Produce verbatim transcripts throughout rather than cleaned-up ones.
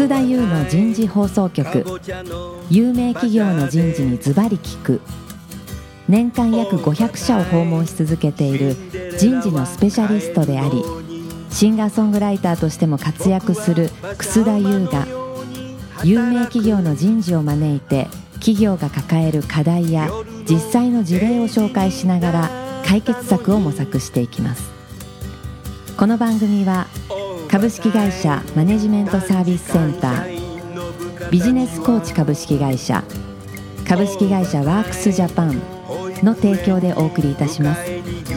楠田優の人事放送局。有名企業の人事にズバリ聞く。年間約ごひゃくしゃを訪問し続けている人事のスペシャリストであり、シンガーソングライターとしても活躍する楠田優が、有名企業の人事を招いて企業が抱える課題や実際の事例を紹介しながら解決策を模索していきます。この番組は株式会社マネジメントサービスセンター、ビジネスコーチ株式会社、株式会社ワークスジャパンの提供でお送りいたします。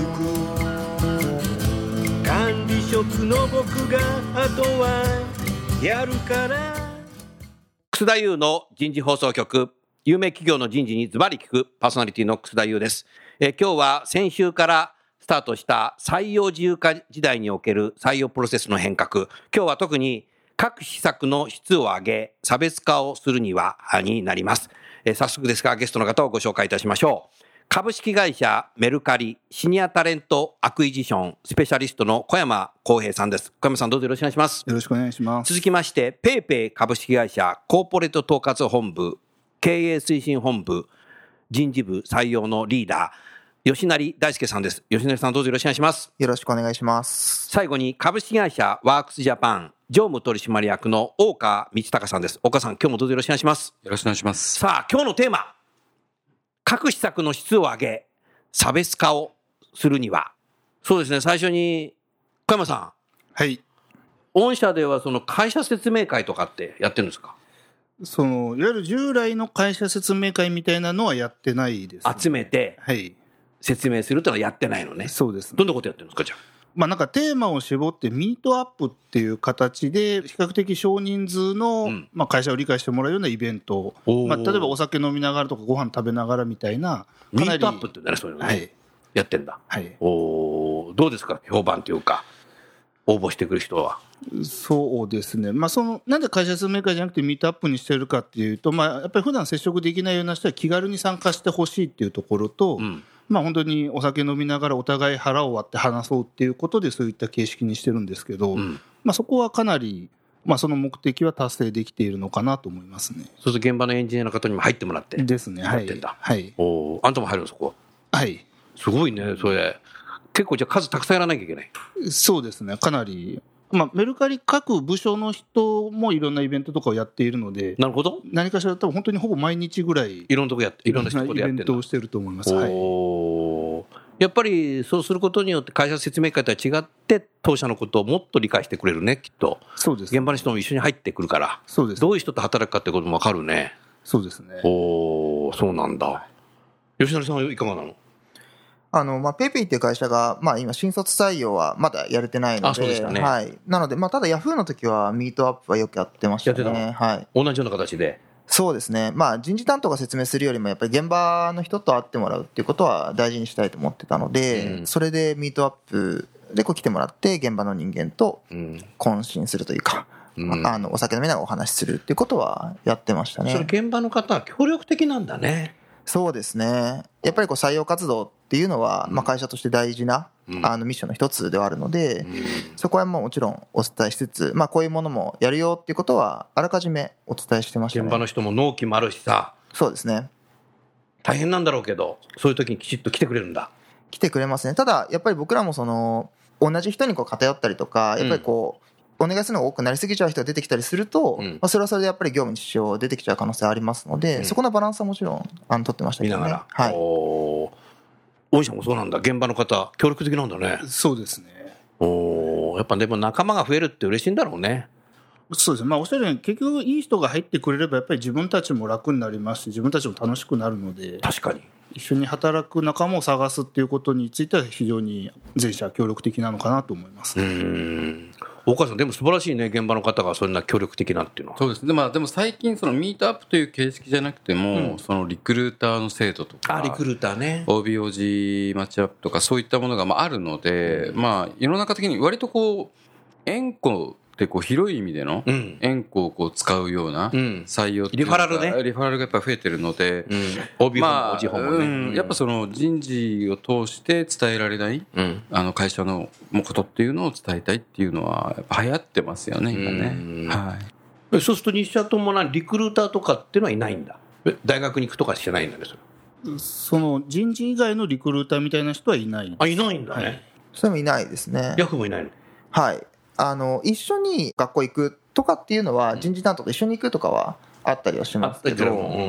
管理職の僕があとはやるから。 楠田優の人事放送局、有名企業の人事にズバリ聞く、パーソナリティの楠田優です。えー、今日は先週からスタートした採用自由化時代における採用プロセスの変革。今日は特に各施策の質を上げ差別化をするにはになります。えー、早速ですがゲストの方をご紹介いたしましょう。株式会社メルカリシニアタレントアクイジションスペシャリストの小山康平さんです。小山さん、どうぞよろしくお願いします。 よろしくお願いします。 続きましてペイペイ株式会社コーポレート統括本部経営推進本部人事部採用のリーダー吉成大輔さんです。吉成さん、どうぞよろしくお願いします。 よろしくお願いします。 最後に株式会社ワークスジャパン常務取締役の大川光隆さんです。大川さん、今日もどうぞよろしくお願いします。 よろしくお願いします。 さあ、今日のテーマ、各施策の質を上げ差別化をするには。そうですね、最初に小山さん、 はい、 御社ではその会社説明会とかってやってるんですか？ そのいわゆる従来の会社説明会みたいなのはやってないです、ね、 集めてはい説明するというのはやってないのね。 そうですね。 どんなことやってるんですか？じゃあ、 まあ、なんかテーマを絞ってミートアップっていう形で比較的少人数の、うんまあ、会社を理解してもらうようなイベント、まあ、例えばお酒飲みながらとかご飯食べながらみたいなミートアップってね、そういうのね、はい、やってんだ、 はい、 おどうですか、評判というか応募してくる人は。 そうですね、まあ、そのなんで会社説明会じゃなくてミートアップにしてるかっていうと、まあ、やっぱり普段接触できないような人は気軽に参加してほしいっていうところと、うんまあ、本当にお酒飲みながらお互い腹を割って話そうっていうことでそういった形式にしてるんですけど、うんまあ、そこはかなり、まあ、その目的は達成できているのかなと思いますね。 そうすると現場のエンジニアの方にも入ってもらってですね、 やってんだ、 はいはい、 おあんたも入るのそこ？ はいすごいね、それ結構じゃあ数たくさんやらなきゃいけない。 そうですね、かなり、まあ、メルカリ各部署の人もいろんなイベントとかをやっているので、 なるほど、 何かしら多分本当にほぼ毎日ぐらいいろんなとこやっていろんなとこでやってるイベントをしてると思います。 お、はい、やっぱりそうすることによって会社説明会とは違って当社のことをもっと理解してくれるね、きっと。 そうです、 現場の人も一緒に入ってくるから。 そうです、 どういう人と働くかってことも分かるね。 そうですね。 お、そうなんだ。吉成さんはいかがなの？ あの、まあ、ペイペイっていう会社が、まあ、今、新卒採用はまだやれてないので、 あ、そうでしたね。 はい。なので、まあ、ただ、ヤフーの時は、ミートアップはよくやってましたね。 やってたの？はい。同じような形で。 そうですね。まあ、人事担当が説明するよりも、やっぱり現場の人と会ってもらうっていうことは大事にしたいと思ってたので、うん、それでミートアップでこう来てもらって、現場の人間と懇親するというか、うん、あの、お酒飲みながらお話しするっていうことはやってましたね。 それ現場の方は協力的なんだね。 そうですね。やっぱりこう採用活動っていうのは、まあ、会社として大事な、うん、あのミッションの一つではあるので、うん、そこはもうもちろんお伝えしつつ、まあ、こういうものもやるよっていうことはあらかじめお伝えしてましたね。 現場の人も納期もあるしさ。 そうですね。 大変なんだろうけど、そういう時にきちっと来てくれるんだ。 来てくれますね。ただやっぱり僕らもその同じ人にこう偏ったりとか、やっぱりこう、うんお願いするのが多くなりすぎちゃう人が出てきたりすると、うんまあ、それはそれでやっぱり業務に支障出てきちゃう可能性ありますので、うん、そこのバランスはもちろんあの取ってましたけどね。 見ながら、はい、 お御社もそうなんだ。現場の方協力的なんだね。 そうですね。 おやっぱでも仲間が増えるって嬉しいんだろうね。 そうですね、まあ、おっしゃるように結局いい人が入ってくれればやっぱり自分たちも楽になりますし自分たちも楽しくなるので、 確かに一緒に働く仲間を探すっていうことについては非常に全社協力的なのかなと思います。 うーん、大川さんでも素晴らしいね、現場の方がそんな協力的なっていうのは。 そうですね、まあ、でも最近そのミートアップという形式じゃなくても、うん、そのリクルーターの制度とか、 あリクルーターね、 オービーオージー マッチアップとかそういったものがまああるので、うんまあ、世の中的に割とこう縁故でこう広い意味での縁故をこう使うような採用っていうのが、 リファラルね、 リファラルがやっぱ増えてるので、 うん、オービー 本も オージー 本もね、 まあ、やっぱその人事を通して伝えられない、うん、あの会社のことっていうのを伝えたいっていうのはやっぱ流行ってますよね今ね、はい。 そうすると西社ともなリクルーターとかっていうのはいないんだ。え大学に行くとかしてないんだね、それ。 その人事以外のリクルーターみたいな人はいない。 あ、いないんだね。はい、 それもいないですね。 ヤフーもいないの。 はい。あの、一緒に学校行くとかっていうのは、人事担当と一緒に行くとかはあったりはしますけど、うん、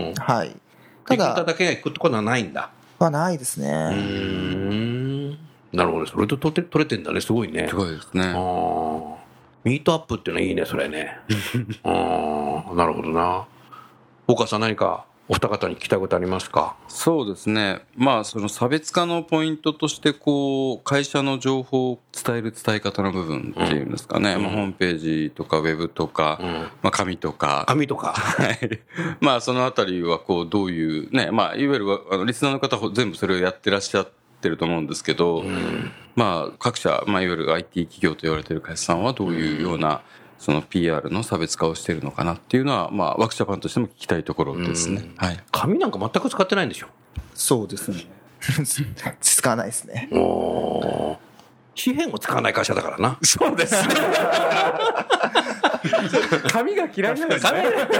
はい。 ただ、リクルーターだけが行くとかはないんだ。 はないですね。うーん。なるほど。それと取れ取れてんだね。すごいね。 すごいですね。 あミートアップっていうのはいいね、それね。あなるほどな。大川さん、何かお二方に聞きたいことありますか？ そうですね。まあ、その差別化のポイントとして、こう、会社の情報を伝える伝え方の部分っていうんですかね。うん、まあ、ホームページとかウェブとか、うん、まあ、紙とか。 紙とか。 はい。まあ、そのあたりは、こう、どういう、ね、まあ、いわゆる、あの、リスナーの方、全部それをやってらっしゃってると思うんですけど、うん、まあ、各社、まあ、いわゆる アイティー 企業と言われている会社さんは、どういうような、うんその ピーアール の差別化をしているのかなっていうのは、まあ、ワークジャパンとしても聞きたいところですね。はい。 紙なんか全く使ってないんでしょ？ そうですね。 使わないですね。 お紙幣も使わない会社だからな。 そうです。紙が嫌いなんですね。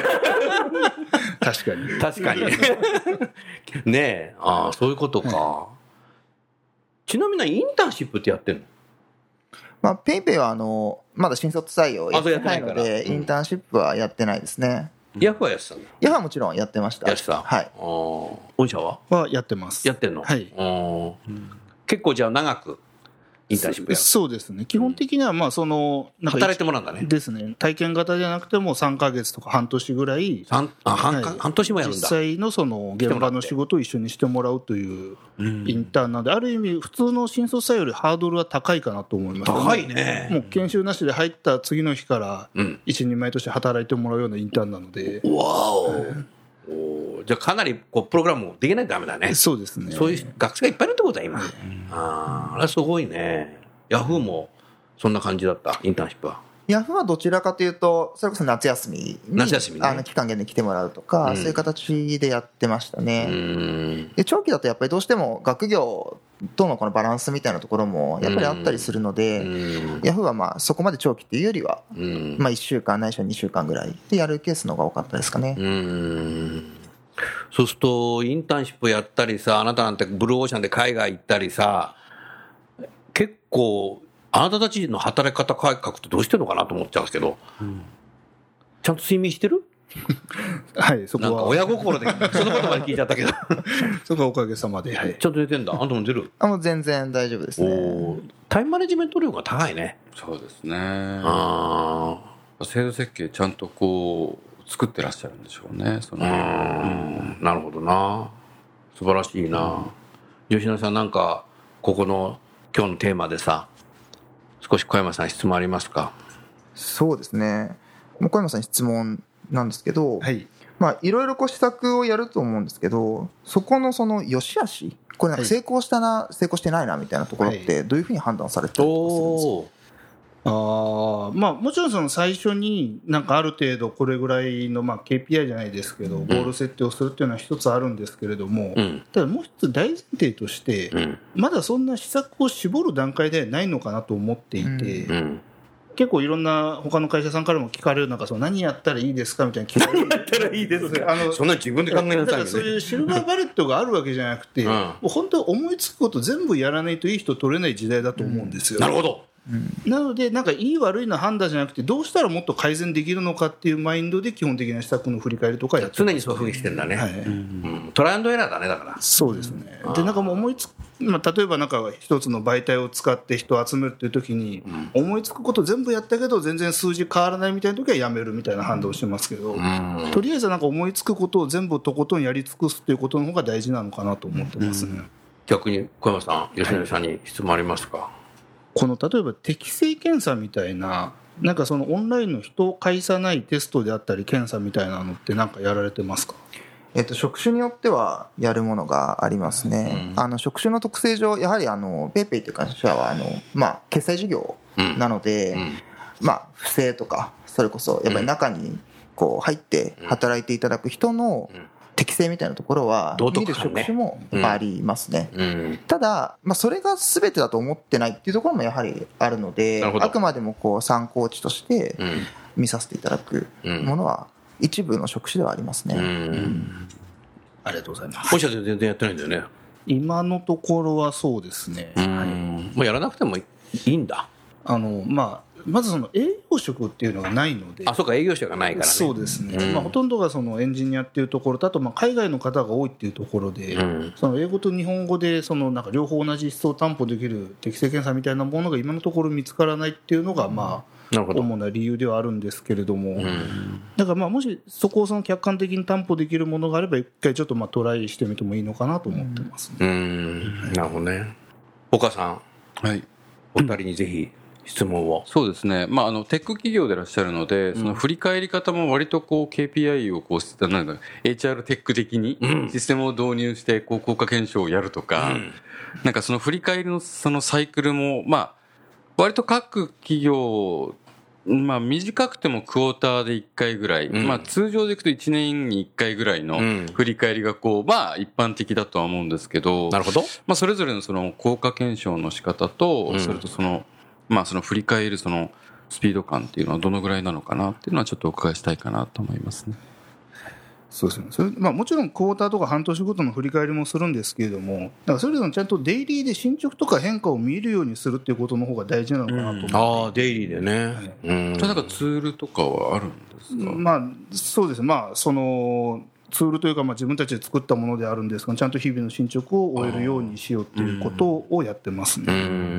確かに。 確かに。ねえ、ああ、そういうことか。ちなみにインターンシップってやってんの？ まあ、ペイペイはあのまだ新卒採用やってないので、インターンシップはやってないですね。 ヤフーはやってたんだ。 ヤフーはもちろんやってました。 やってた。 はい。 御社は？ はやってます。 やってんの？ はい。 結構じゃあ長くインターンシップやる？ そうですね。基本的にはまあそのなんか働いてもらうんだね。 ですね。体験型じゃなくてもさんかげつとか半年ぐらい。 あ半、はい、半年もやるんだ。 実際のその現場の仕事を一緒にしてもらうというインターンなんで、ある意味普通の新卒採用よりハードルは高いかなと思います、ね。 高いね。 もう研修なしで入った次の日から一人前として働いてもらうようなインターンなので。 うん、わお。おじゃあかなりこうプログラムもできないとダメだね。 そうですね。 そういう学生がいっぱいいるってことだ今。うん、ああ、あれすごいね。ヤフーもそんな感じだったインターンシップは。 ヤフーはどちらかというとそれこそ夏休みに夏休み、ね、 あの期間限定で来てもらうとか、うん、そういう形でやってましたね。うんで長期だとやっぱりどうしても学業とのこのバランスみたいなところもやっぱりあったりするので、うん、ヤフーはまあそこまで長期っていうよりは、うん、まあいっしゅうかんないしはにしゅうかんぐらいでやるケースの方が多かったですかね。 うんそうするとインターンシップやったりさ、あなたなんてブルーオーシャンで海外行ったりさ、結構あなたたちの働き方改革ってどうしてるのかなと思っちゃうんですけど、うん、ちゃんと睡眠してる？ はい、そこはなんか親心でそのことまで聞いちゃったけどそこはおかげさまで、はい、 ちゃんと寝てんだ。あんたも出る？ あもう全然大丈夫ですね。 タイムマネジメント量が高いね。 そうですね。あ制度設計ちゃんとこう作ってらっしゃるんでしょうね。そのうん、 なるほどな。素晴らしいな、うん、吉野さんなんかここの今日のテーマでさ、少し小山さん質問ありますか？ そうですね。小山さん質問なんですけど、 はい、 まあいろいろこう施策をやると思うんですけど、そこのその良し悪し、これなんか成功したな、はい、成功してないなみたいなところってどういうふうに判断されてるんですか？ あまあ、もちろんその最初になんかある程度これぐらいのまあ ケーピーアイ じゃないですけどゴール設定をするっていうのは一つあるんですけれども、うん、ただもう一つ大前提としてまだそんな施策を絞る段階ではないのかなと思っていて、うんうん、結構いろんな他の会社さんからも聞かれるなんかその何やったらいいですかみたいな聞かれる。 何やったらいいですか？あのそんな自分で考えなさいよね。だからそういうシルバーバレットがあるわけじゃなくて、うん、もう本当は思いつくこと全部やらないといい人取れない時代だと思うんですよ、 うん、なるほど。 うん、なのでなんかいい悪いの判断じゃなくてどうしたらもっと改善できるのかっていうマインドで基本的な施策の振り返りとかやって常にそういうふうにしてるんだね、はいうん、トライアンドエラーだね。だからそうですね。でなんかもう思いつく、まあ、例えばなんか一つの媒体を使って人を集めるっていう時に、うん、思いつくこと全部やったけど全然数字変わらないみたいな時はやめるみたいな判断をしてますけど、うん、とりあえずなんか思いつくことを全部とことんやり尽くすっていうことの方が大事なのかなと思ってますね、うん、 逆に小山さん吉野さんに質問ありますか？ この例えば適性検査みたいななんかそのオンラインの人を介さないテストであったり検査みたいなのってなんかやられてますか？ えっと、職種によってはやるものがありますね、うん、あの職種の特性上やはりあのペイペイという会社はあの、まあ、決済事業なので、うんうんまあ、不正とかそれこそやっぱり中にこう入って働いていただく人の適性みたいなところは見る職種もありますね、うんうん、ただ、まあ、それが全てだと思ってないっていうところもやはりあるのであくまでもこう参考値として、うん見させていただくものは一部の職種ではありますね。 うんうんありがとうございます。 本社で全然やってないんだよね。 今のところはそうですね。 うん、もうやらなくてもいいんだ。 あのまあまずその営業職っていうのがないので、 あ、そうか、営業者がないからね。 そうですね、 うんまあ、ほとんどがそのエンジニアっていうところと、あとまあ海外の方が多いっていうところで、 うん、 その英語と日本語でそのなんか両方同じ質を担保できる適正検査みたいなものが今のところ見つからないっていうのがまあ主な理由ではあるんですけれども、うん、だからまあもしそこをその客観的に担保できるものがあれば一回ちょっとまあトライしてみてもいいのかなと思ってます、ね、 うん、なるほどね。岡さん、 はい、 お二人にぜひ質問を。 そうですね、まあ、あのテック企業でいらっしゃるので、その振り返り方も割とこう ケーピーアイ をこうなんか エイチアール テック的にシステムを導入してこう効果検証をやるとか、うん、なんかその振り返りのそのサイクルも、まあ、割と各企業、まあ、短くてもクォーターでいっかいぐらい、うん、まあ、通常でいくといちねんにいっかいぐらいの振り返りがこう、まあ、一般的だとは思うんですけど、 なるほど、 まあ、それぞれのその効果検証の仕方と、うん、それとそのまあ、その振り返るそのスピード感っていうのはどのぐらいなのかなっていうのはちょっとお伺いしたいかなと思いますね。 そうですね。それ、まあ、もちろんクォーターとか半年ごとの振り返りもするんですけれども、だからそれぞれちゃんとデイリーで進捗とか変化を見るようにするっていうことの方が大事なのかなと思って、うん、 ああ、デイリーでね、はい、 うん、じゃあなんかツールとかはあるんですか？ まあ、そうですね。まあ、そのツールというか、まあ、自分たちで作ったものであるんですが、ちゃんと日々の進捗を終えるようにしようっていうことをやってますね。 うん、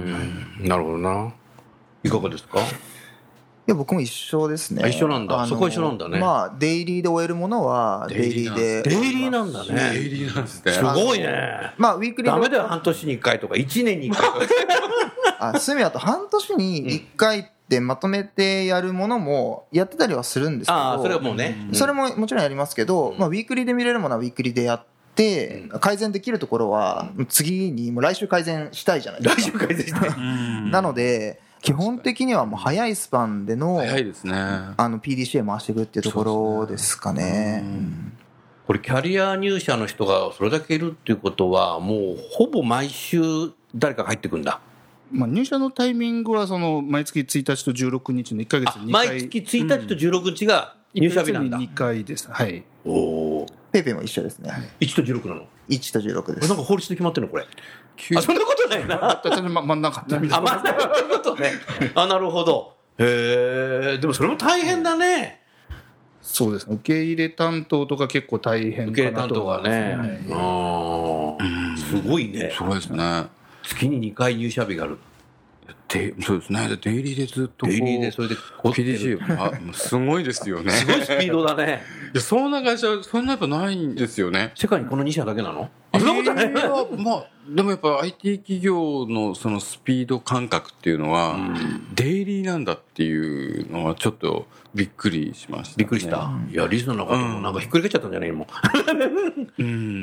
はい、なるほどな。いかがですか？ いや、僕も一緒ですね。 一緒なんだ。そこは一緒なんだね。 まあ、デイリーで終えるものはデイリーで。 デイリーなんだね。 デイリーなんですね。 すごいね。 まあ、ウィークリー。 ダメだよ、半年にいっかいとか、いちねんにいっかいとか。 あ、そういう意味だと、半年にいっかいってまとめてやるものもやってたりはするんですけど。 ああ、それはもうね。 それももちろんやりますけど、まあ、ウィークリーで見れるものはウィークリーでやって、で改善できるところは次にもう来週改善したいじゃないですか。 来週改善したい。 なので基本的にはもう早いスパンでの早いですね。 あの ピーディーシーエー 回していくっていうところですかね。うん、 これキャリア入社の人がそれだけいるっていうことはもうほぼ毎週誰かが入ってくるんだ。 まあ、入社のタイミングはその毎月ついたちとじゅうろくにちのいっかげつににかい。 毎月ついたちとじゅうろくにちが入社日なんだ。 にかいです。はい。 おお。 ペイペイも一緒ですね。 いちとじゅうろくなの？ いちとじゅうろくです。 なんか法律で決まってるのこれ？あ、そんなことないな。 ま、真ん中ってみたいな。あ、真ん中ってことね。あ、なるほど。へえ。でもそれも大変だね。 そうですね。受け入れ担当とか結構大変かなと思いますね。 受け入れ担当がね。ああ。すごいね。 すごいですね。 月ににかい入社日がある。 でそうですね。デイリーでずっとこうデイリーでそれでピーディーシー あすごいですよね。 すごいスピードだね。 いやそんな会社そんなやっぱないんですよね。 世界にこのに社だけなの？ そんなことない。まあでもやっぱ アイティー 企業のそのスピード感覚っていうのは、うん、デイリーなんだっていうのはちょっとびっくりしました、ね。 びっくりした。いやリスナーの方もなんかひっくり返っちゃったんじゃないの？うん、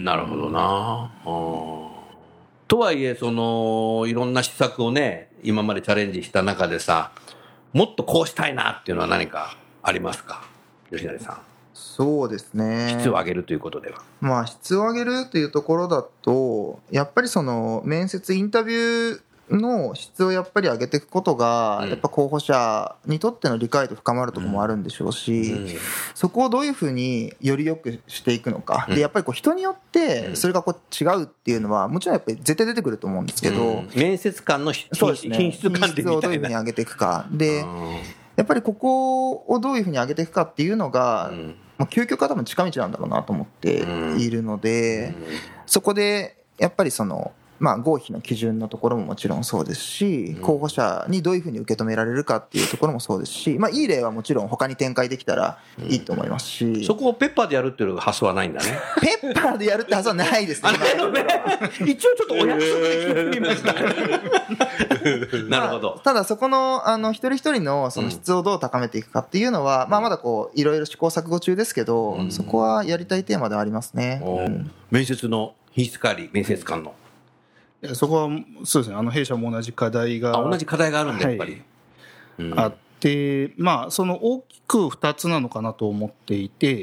なるほどな。あとはいえそのいろんな施策をね今までチャレンジした中でさ、もっとこうしたいなっていうのは何かありますか、吉成さん？ そうですね。 質を上げるということでは、 まあ質を上げるというところだとやっぱりその面接インタビューの質をやっぱり上げていくことがやっぱ候補者にとっての理解度深まるところもあるんでしょうし、そこをどういうふうにより良くしていくのかで、やっぱりこう人によってそれがこう違うっていうのはもちろんやっぱり絶対出てくると思うんですけど、 面接官の品質管理みたいな、 品質をどういうふうに上げていくかで、やっぱりここをどういうふうに上げていくかっていうのがまあ究極は多分近道なんだろうなと思っているので、そこでやっぱりそのまあ、合否の基準のところももちろんそうですし、候補者にどういうふうに受け止められるかっていうところもそうですし、まあ、いい例はもちろん他に展開できたらいいと思いますし、うん、 そこをペッパーでやるっていう発想はないんだね。 ペッパーでやるって発想はないですね。 一応ちょっとお約束で聞いてみました。なるほど。 まあ、ただそこのあの一人一人のその質をどう高めていくかっていうのは、うん、まあ、まだこういろいろ試行錯誤中ですけど、うん、そこはやりたいテーマではありますね。うん、 面接の品質管理、面接官のそこはそうですね、あの弊社も同じ課題があ同じ課題があるんで、やっぱり、はいうん、あって、まあ、その大きくふたつなのかなと思っていて、 はい、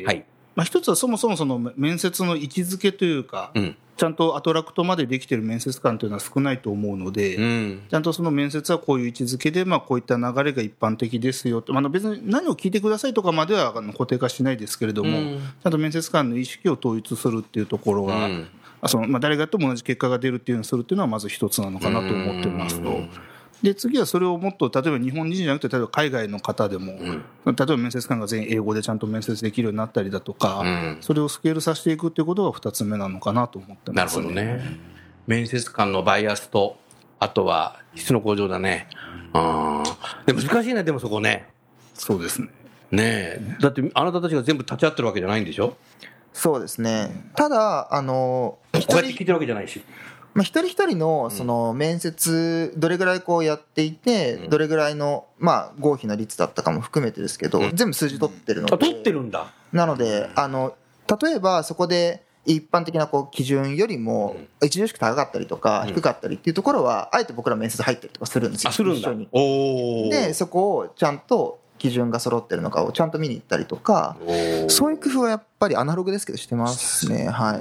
まあ、一つはそもそもその面接の位置づけというか、うん、ちゃんとアトラクトまでできている面接官というのは少ないと思うので、うん、ちゃんとその面接はこういう位置づけで、まあ、こういった流れが一般的ですよと、まあ、別に何を聞いてくださいとかまでは固定化しないですけれども、うん、ちゃんと面接官の意識を統一するっていうところが、うん、そのまあ、誰がやっても同じ結果が出るっていうのをするっていうのはまず一つなのかなと思ってますと。うん、で次はそれをもっと例えば日本人じゃなくて例えば海外の方でも、うん、例えば面接官が全員英語でちゃんと面接できるようになったりだとか、うん、それをスケールさせていくっていうことがふたつめなのかなと思ってます、ね、 なるほどね。面接官のバイアスとあとは質の向上だね。あでも難しいね。でもそこね。 そうですね。 ねえだってあなたたちが全部立ち会ってるわけじゃないんでしょ。 そうですね。ただあのこうやって聞いてるわけじゃないし、 まあ、一人一人のその面接どれぐらいこうやっていてどれぐらいのまあ合否の率だったかも含めてですけど全部数字取ってるので、 あ取ってるんだ。 なのであの例えばそこで一般的なこう基準よりも著しく高かったりとか低かったりっていうところはあえて僕ら面接入ったりとかするんですよ。 あするんだ。 一緒に。でそこをちゃんと基準が揃ってるのかをちゃんと見に行ったりとか、そういう工夫はやっぱりアナログですけどしてますね。はい。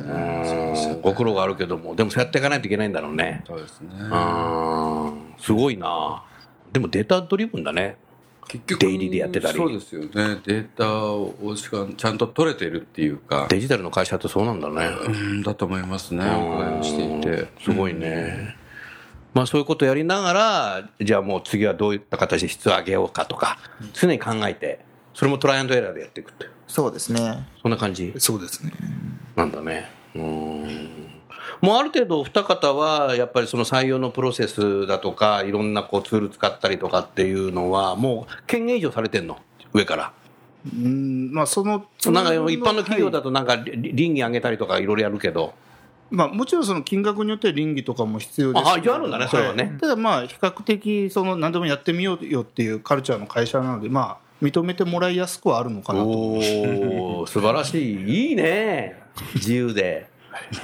ご苦労があるけどもでもそうやっていかないといけないんだろうね。 そうですね。 あすごいな。でもデータドリブンだね。結局デイリーでやってたり。 そうですよね。データをしかちゃんと取れてるっていうかデジタルの会社ってそうなんだね。 うんだと思いますね。お伺いをしていてすごいね。まあ、そういうことをやりながらじゃあもう次はどういった形で質を上げようかとか常に考えてそれもトライアンドエラーでやっていくって。 そうですね。 そんな感じ。 そうですね。 なんだね。うーんもうある程度お二方はやっぱりその採用のプロセスだとかいろんなこうツール使ったりとかっていうのはもう権限以上されてんの上から。 うんまあそのなんか一般の企業だとなんか倫理上げたりとかいろいろやるけど。 まあ、もちろんその金額によっては倫理とかも必要ですああ、じゃああるんだね、それはね。 はい、ただまあ、比較的、その何でもやってみようよっていうカルチャーの会社なので、まあ、認めてもらいやすくはあるのかなと思います。 おー、素晴らしい。いいね。自由で。うん。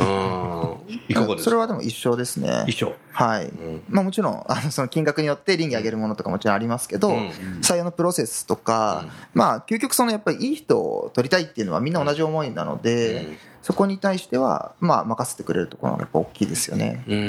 いかがですか？ それはでも一緒ですね。 一緒。 はい。うん、まあもちろん、あの、その金額によって倫理上げるものとかもちろんありますけど、うん、採用のプロセスとか、うん、まあ究極そのやっぱりいい人を取りたいっていうのはみんな同じ思いなので、うん、そこに対しては、まあ任せてくれるところがやっぱ大きいですよね。 うん。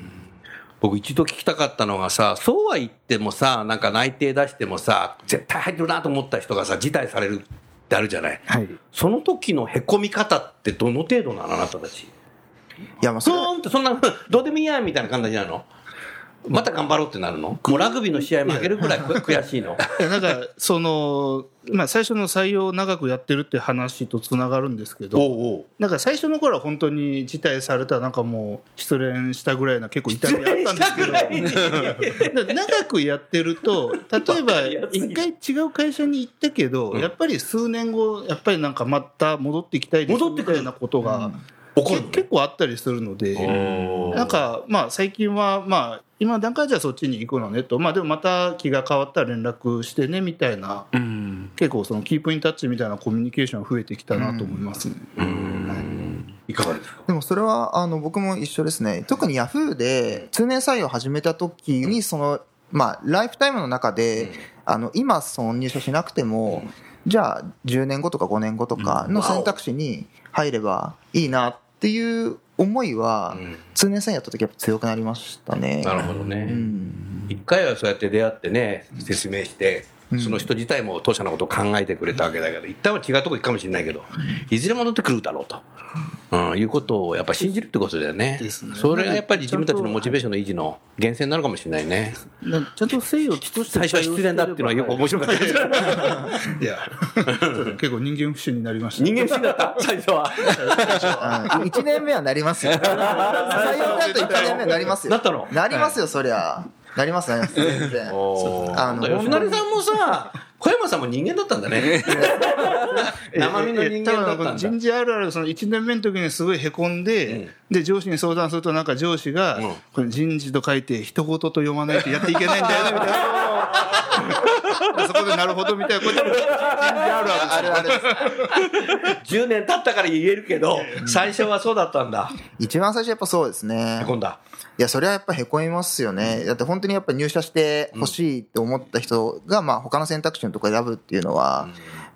僕一度聞きたかったのがさ、そうは言ってもさ、なんか内定出してもさ、絶対入ってるなと思った人がさ、辞退されるってあるじゃない。 はい。 その時のへこみ方ってどの程度なのあなたたち。 いや、まあそれ、そーんってそんな、どうでもいいやみたいな感じなの。また頑張ろうってなるの？もうラグビーの試合負けるくらい悔しいの？ なんか、その、まあ最初の採用を長くやってるって話とつながるんですけど、 おうおうなんか最初の頃は本当に辞退されたらなんかもう失恋したぐらいな結構痛みあったんですけど、長くやってると、例えば一回違う会社に行ったけど、やっぱり数年後、やっぱりなんかまた戻ってきたいですみたいなことが、結構あったりするので、なんかまあ最近はまあ今の段階じゃそっちに行くのねと、まあでもまた気が変わったら連絡してねみたいな、うん、結構そのキープインタッチみたいなコミュニケーションが増えてきたなと思いますね。うんうんはい、いかがですか？ でもそれはあの僕も一緒ですね。特にヤフーで通年採用を始めた時にそのまあライフタイムの中であの今その入社しなくてもじゃあじゅうねんごとかごねんごとかの選択肢に入ればいいなっていう思いは通年採用やった時やっぱ強くなりましたね。 なるほどね。一回はそうやって出会ってね説明してその人自体も当社のことを考えてくれたわけだけど一旦は違うとこ行くかもしれないけどいずれ戻ってくるだろうと、うん、いうことをやっぱり信じるってことだよね。それがやっぱり自分たちのモチベーションの維持の源泉になるかもしれないね。 ちゃんと誠意を尽くして最初は失恋だっていうのはよく面白かったですいや結構人間不信になりました。 人間不信だった最初はいちねんめはなりますよ採用だといちねんめはなりますよ。 なったの？ なりますよ、はい、そりゃなりますなります全然あの吉成さんもさ小山さんも人間だったんだね生身の人間だったんだ。 人事あるあるそのいちねんめの時にすごいへこんで、うん、で上司に相談するとなんか上司が、うん、これ人事と書いて一言と読まないとやっていけないんだよねみたいなそこでなるほどみたいなこと人事あるあるあるあるじゅうねん経ったから言えるけど最初はそうだったんだ。 一番最初やっぱそうですね。 へこんだ。 いやそれはやっぱへこみますよね。だって本当にやっぱ入社してほしいって思った人がまあ他の選択肢のところ選ぶっていうのは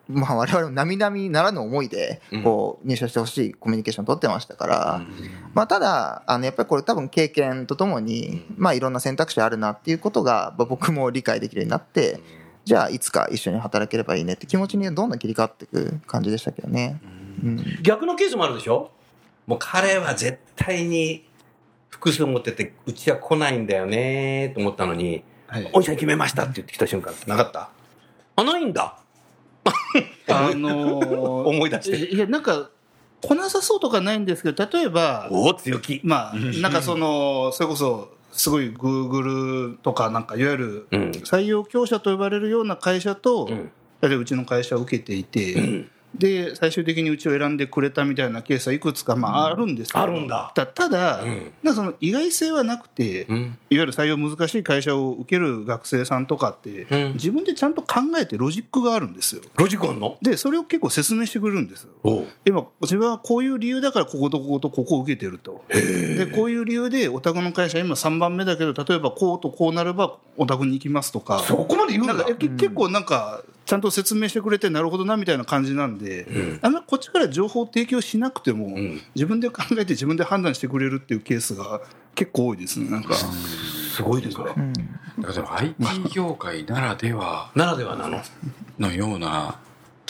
まあ、我々も並々ならぬ思いでこう入社してほしいコミュニケーション取ってましたから、まあ、ただあのやっぱりこれ多分経験とともに、まあ、いろんな選択肢あるなっていうことが僕も理解できるようになって、じゃあいつか一緒に働ければいいねって気持ちにどんどん切り替わっていく感じでしたけどね。うん、 逆のケースもあるでしょ。もう彼は絶対に複数持っててうちは来ないんだよねと思ったのに、はい、お医者に決めましたって言ってきた瞬間なかった？あ、ないんだ。 あのー、 思い出して。 いや、なんか来なさそうとかないんですけど、例えばお強気、 まあなんかそのそれこそすごいグーグルとかなんかいわゆる採用強者と呼ばれるような会社と、うん、例えばうちの会社を受けていて、うん、で最終的にうちを選んでくれたみたいなケースはいくつかまああるんですけど、 あるんだ。 た, ただ、うん、なんかその意外性はなくて、うん、いわゆる採用難しい会社を受ける学生さんとかって、うん、自分でちゃんと考えてロジックがあるんですよ。 ロジックあるの？ でそれを結構説明してくれるんです。今自分はこういう理由だからこことこことここを受けてると。でこういう理由でお宅の会社今さんばんめだけど例えばこうとこうなればお宅に行きますとか、 そこまで言うんだ。 なんか結構なんかちゃんと説明してくれてなるほどなみたいな感じなんで、うん、あんまりこっちから情報を提供しなくても、うん、自分で考えて自分で判断してくれるっていうケースが結構多いですね。なんかすごいですね。 うん、だから アイティー 業界ならではならではなののような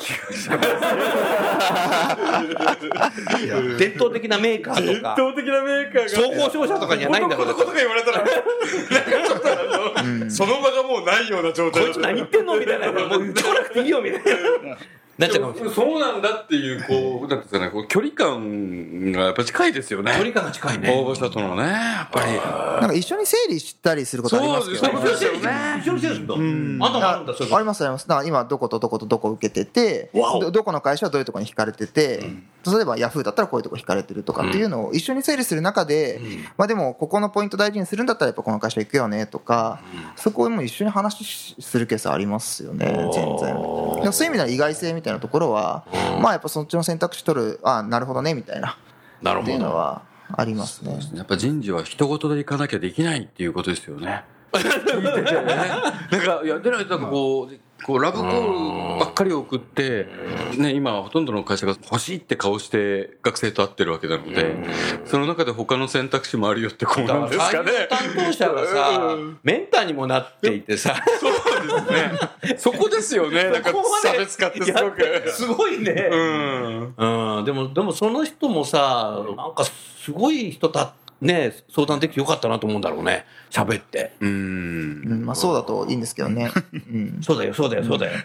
伝統的なメーカーとか伝統的なメーカーが総合商社とかにはないんだろうね。 このことか言われたらなんかちょっとあの、うん、その場がもうないような状態。 こいつ何言ってんのみたいな、もう言ってこなくていいよみたいななっちゃうかもしれない。 そうなんだっていうこうなんですかね、こう距離感がやっぱ近いですよね。 距離感が近いね。 応募者とのね、やっぱりなんか一緒に整理したりすることありますけどね。 そうですよね。一緒に整理するんだ。うん、あんたもあるんだ。それありますあります。だから今どことどことどこ受けてて、ど, どこの会社はどういうところに引かれてて、うん、例えばヤフーだったらこういうところ引かれてるとかっていうのを一緒に整理する中で、うん、まあでもここのポイント大事にするんだったらやっぱこの会社行くよねとか、うん、そこをもう一緒に話するケースありますよね。全然。そういう意味では意外性みたいなところは、うん、まあやっぱそっちの選択肢取る、ああなるほどねみたいな、 なるほどっていうのはありますね。 やっぱ人事は人事で行かなきゃできないっていうことですよね。聞いててね。なんかいやでないとなんかこう。こうラブコールばっかり送って、ね、今ほとんどの会社が欲しいって顔して学生と会ってるわけなので、その中で他の選択肢もあるよってこうなんですかね。 担当者がさ、メンターにもなっていてさ、 そうですね。そこですよね。なんか差別化ってすごくすごいね。うん。うん。でもでもその人もさ、なんかすごい人たね、相談できてよかったなと思うんだろうね。喋って。 うん。うん、まあそうだといいんですけどね。うん、 そうだよ、そうだよ、そうだよ。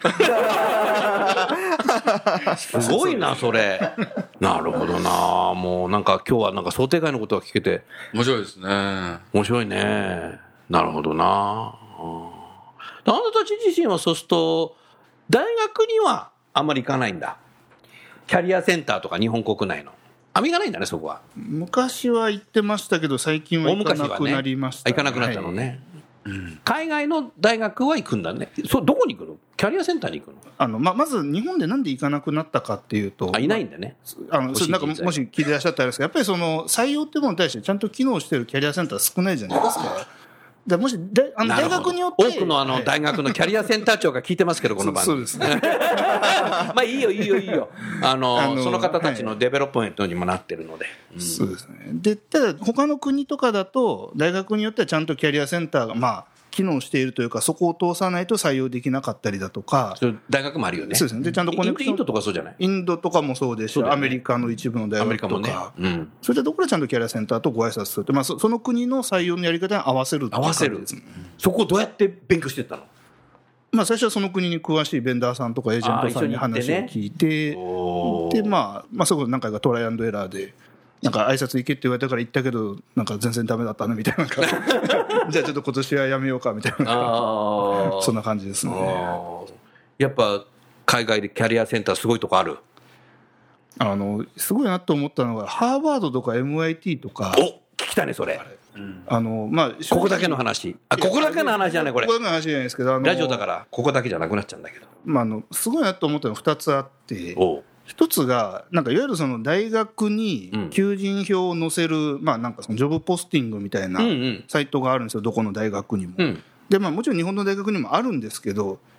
すごいな、それ。なるほどな。もうなんか今日はなんか想定外のことが聞けて。 面白いですね。 面白いね。なるほどな。あなたたち自身はそうすると、大学にはあんまり行かないんだ。キャリアセンターとか日本国内の。あ、行かないんだね、そこは。 昔は行ってましたけど、最近は行かなくなりました、 ね。行かなくなったのね、はいうん。海外の大学は行くんだね。そどこに行くの？キャリアセンターに行くの？ あの、ま、まず日本でなんで行かなくなったかっていうと。 あ、いないんだね。 あの、それなんかもし聞いてらっしゃったらですけど、やっぱりその採用ってものに対してちゃんと機能してるキャリアセンター少ないじゃないですか。だもしであの大学によって多くのあの大学のキャリアセンター長が聞いてますけどこの番組そうですねまあいいよいいよいいよあのあのその方たちのデベロップメントにもなってるので、 うん、そうですね。でただ他の国とかだと大学によってはちゃんとキャリアセンターがまあ機能しているというかそこを通さないと採用できなかったりだとか。 それ大学もあるよね。 そうですね。でちゃんとコネクションインドとかそうじゃない。 インドとかもそうですし、ね、アメリカの一部の大学とか、ねうん、そういったところでちゃんとキャリアセンターとご挨拶するって、まあ、そ, その国の採用のやり方に合わせるっていう感じですね。 合わせる。そこをどうやって勉強していったの？ まあ、最初はその国に詳しいベンダーさんとかエージェントさんに話を聞いて、でまあまあそこ何回かトライアンドエラーで。なんか挨拶行けって言われたから行ったけどなんか全然ダメだったねみたいなじゃあちょっと今年はやめようかみたいなそんな感じですね。 やっぱ海外でキャリアセンターすごいとこある？ あのすごいなと思ったのがハーバードとか エムアイティー とか。 お聞きたねそれ。うん、あのまあ、ここだけの話あここだけの話じゃないこれここだけの話じゃないですけどあのラジオだからここだけじゃなくなっちゃうんだけど、 まあ、あのすごいなと思ったのがふたつあって一つがなんかいわゆるその大学に求人票を載せる、うんまあ、なんかそのジョブポスティングみたいなサイトがあるんですよ、どこの大学にも、うん、でまあもちろん日本の大学にもあるんですけど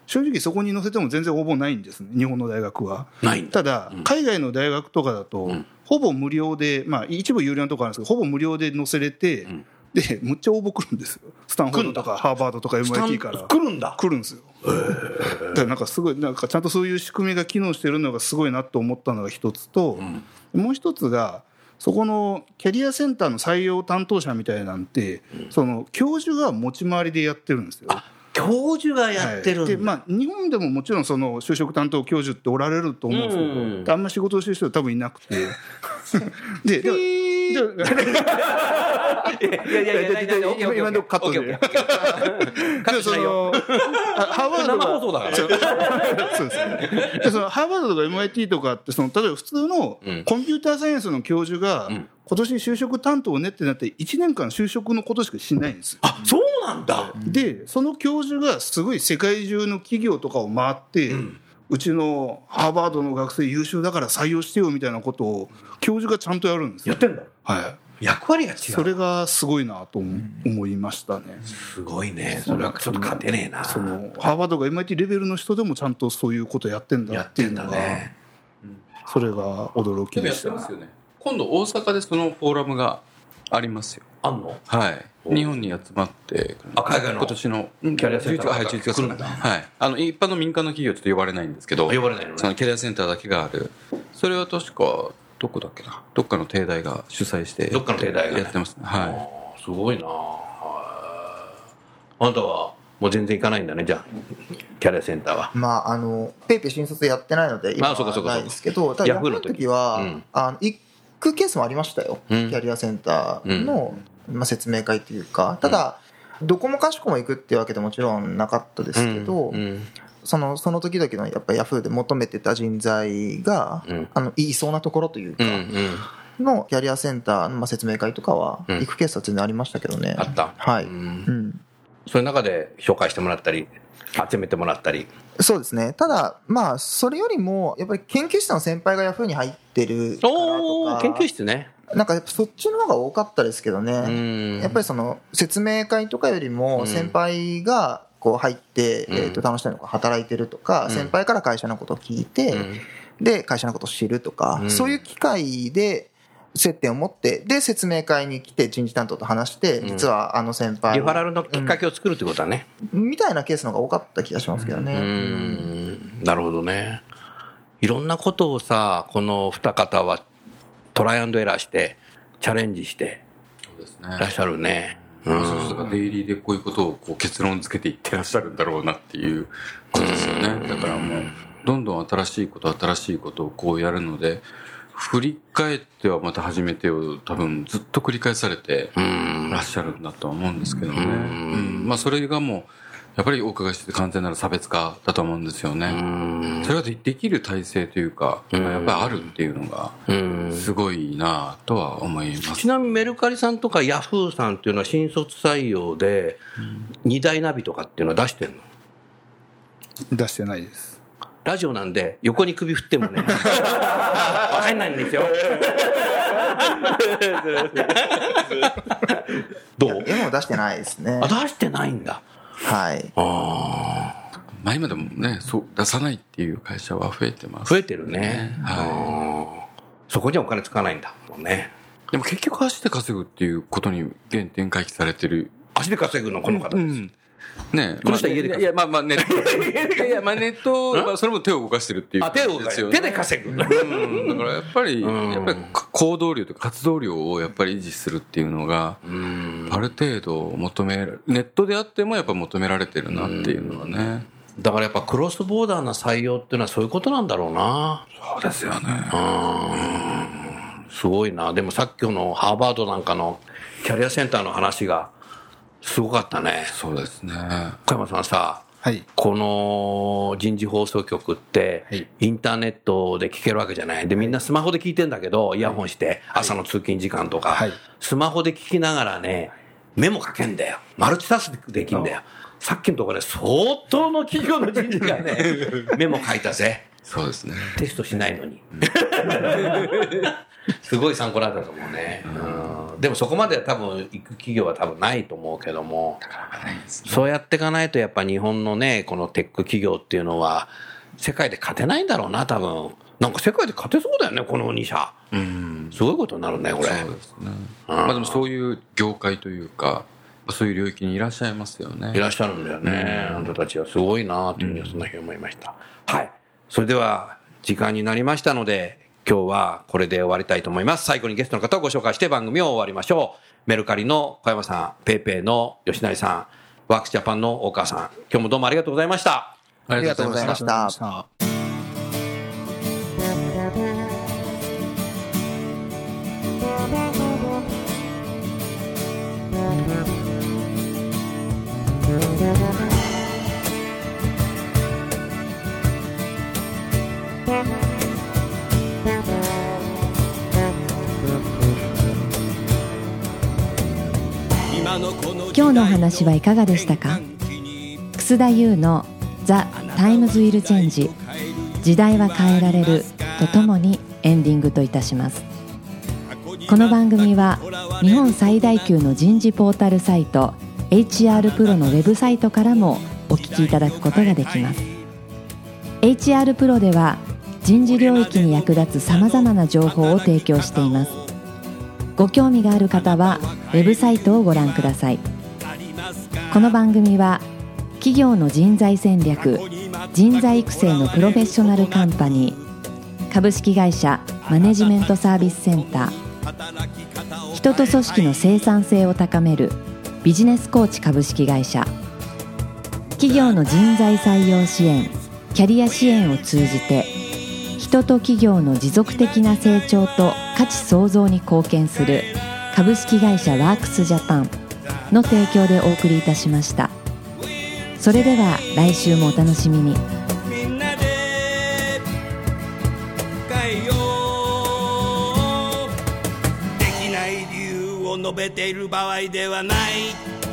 正直そこに載せても全然応募ないんですね、日本の大学は。 ないんだ。 ただ、うん、海外の大学とかだと、うん、ほぼ無料で、まあ、一部有料のところあるんですけど、ほぼ無料で載せれて、うん、でむっちゃ応募来るんですよ。スタンフォードとかハーバードとか エムアイティー から来るんだ来るんですよ。だからなんかすごいなんかちゃんとそういう仕組みが機能してるのがすごいなと思ったのが一つと、うん、もう一つがそこのキャリアセンターの採用担当者みたいなんて、うん、その教授が持ち回りでやってるんですよ。 教授がやってるんだ、 はい、でまあ、日本でももちろんその就職担当教授っておられると思うんですけど、うん、あんま仕事をしてる人は多分いなくてででいやいやいやいや今のカットででそのハーバード生放送だからそうですね。でそのハーバードとか エムアイティー とかってその例えば普通のコンピューターサイエンスの教授が今年就職担当をねってなっていちねんかん就職のことしかしないんですよ。 あ、そうなんだ。 でその教授がすごい世界中の企業とかを回って、うん、うちのハーバードの学生優秀だから採用してよみたいなことを教授がちゃんとやるんですよ。 やってんだ。 はい。 役割が違う。 それがすごいなと思いましたね。 すごいね。それはちょっと勝てねえな。 そのハーバードが エムアイティー レベルの人でもちゃんとそういうことやってんだっていうのが、ね、それが驚きでした。 やってますよね。今度大阪でそのフォーラムがありますよ。 あんの？ はい。日本に集まって、 あ、海外の今年のキャリアセンターがじゅういちがつ来るんだ。はい。あの一般の民間の企業はちょっと呼ばれないんですけど、 呼ばれないのね。 そのキャリアセンターだけがある。それは確かどこだっけな。どっかの帝大が主催してどっかの帝大がやってます、ね。はい。すごいな。あんたはもう全然行かないんだね、じゃあキャリアセンターは。 まああのペイペイ新卒やってないので今はないですけど、ただヤフーの時は、うん、あの行くケースもありましたよ。うん、キャリアセンターの、うんまあ、説明会というか、ただ、うん、どこもかしこも行くっていうわけでもちろんなかったですけど、うんうんそのその時々のやっぱヤフーで求めてた人材が、うん、あのいそうなところというか、うんうん、のキャリアセンターのまあ説明会とかは行くケースは全然ありましたけどね。 あった。 はい。 うんうん、 そういう中で紹介してもらったり集めてもらったり。 そうですね。ただまあそれよりもやっぱり研究室の先輩がヤフーに入ってるからとか。 お研究室ね。 なんかやっぱそっちの方が多かったですけどね。やっぱりその説明会とかよりも先輩がこう入って、えー、と楽しいのか働いてるとか、先輩から会社のことを聞いて、で会社のことを知るとか、そういう機会で接点を持ってで説明会に来て人事担当と話して、実はあの先輩リファラルのきっかけを作るってことだね、 うん、みたいなケースの方が多かった気がしますけどね。 うーんなるほどね。いろんなことをさこの二方はトライアンドエラーしてチャレンジしてらっしゃるね。 そうそうそうデイリーでこういうことをこう結論付けていってらっしゃるんだろうなっていうことですよね。だからもうどんどん新しいこと新しいことをこうやるので振り返ってはまた始めてを多分ずっと繰り返されてらっしゃるんだとは思うんですけどね。うん、まあそれがもうやっぱりお伺いして完全なる差別化だと思うんですよね。それができる体制というかやっぱりあるっていうのがすごいなとは思います。 ちなみにメルカリさんとかヤフーさんっていうのは新卒採用で二大ナビとかっていうのは出してんの？ 出してないです。 ラジオなんで横に首振ってもね分かんないんですよどう？ 今も出してないですね。 あ出してないんだ。 はい。 ああ。前までもね、そう出さないっていう会社は増えてます。 増えてるね。はい。そこにはお金使わないんだもんね。 でも結局足で稼ぐっていうことに原点回帰されてる。 足で稼ぐのこの方です。うんうんねこの人は家で稼ぐ。 いやまあまあネット。いやまあネット、まあそれも手を動かしてるっていう。 あ手を動かしてる。手で稼ぐ。うん。だからやっぱりやっぱり行動量とか活動量をやっぱり維持するっていうのがある程度求められネットであってもやっぱ求められてるなっていうのはね。 だからやっぱクロスボーダーな採用っていうのはそういうことなんだろうな。 そうですよね。 うん。すごいな。でもさっきのハーバードなんかのキャリアセンターの話がすごかったね。 そうですね。 小山さんさ、 はい、 この人事放送局ってインターネットで聞けるわけじゃない。でみんなスマホで聞いてんだけどイヤホンして朝の通勤時間とか、はい、スマホで聞きながらねメモ書けんだよ。マルチタスクできんだよ。さっきのところで相当の企業の人事がねメモ書いたぜ。 そうですね。 テストしないのにすごい参考になったと思うね。うんうん、でもそこまで多分行く企業は多分ないと思うけども、そうやっていかないとやっぱ日本のねこのテック企業っていうのは世界で勝てないんだろうな多分。なんか世界で勝てそうだよねこのに社。うん、すごいことになるねこれ。 そうですね、うん、まあでもそういう業界というかそういう領域にいらっしゃいますよね。 いらっしゃるんだよね、うん、あなたたちはすごいなというふうにそんなふうに思いました、うん、はい。それでは時間になりましたので今日はこれで終わりたいと思います。最後にゲストの方をご紹介して番組を終わりましょう。メルカリの小山さん、ペイペイの吉成さん、ワークスジャパンの大川さん、今日もどうもありがとうございました。 ありがとうございました。 今日のお話はいかがでしたか。楠田優の The Times Will Change 時代は変えられるとともにエンディングといたします。この番組は日本最大級の人事ポータルサイト エイチアール プロのウェブサイトからもお聞きいただくことができます。 エイチアール プロでは人事領域に役立つさまざまな情報を提供しています。ご興味がある方はウェブサイトをご覧ください。この番組は企業の人材戦略、人材育成のプロフェッショナルカンパニー、株式会社マネジメントサービスセンター、人と組織の生産性を高めるビジネスコーチ株式会社、企業の人材採用支援、キャリア支援を通じて人と企業の持続的な成長と価値創造に貢献する株式会社ワークスジャパンの提供でお送りいたしました。それでは来週もお楽しみに。 みんなで変えよう。できない理由を述べている場合ではない。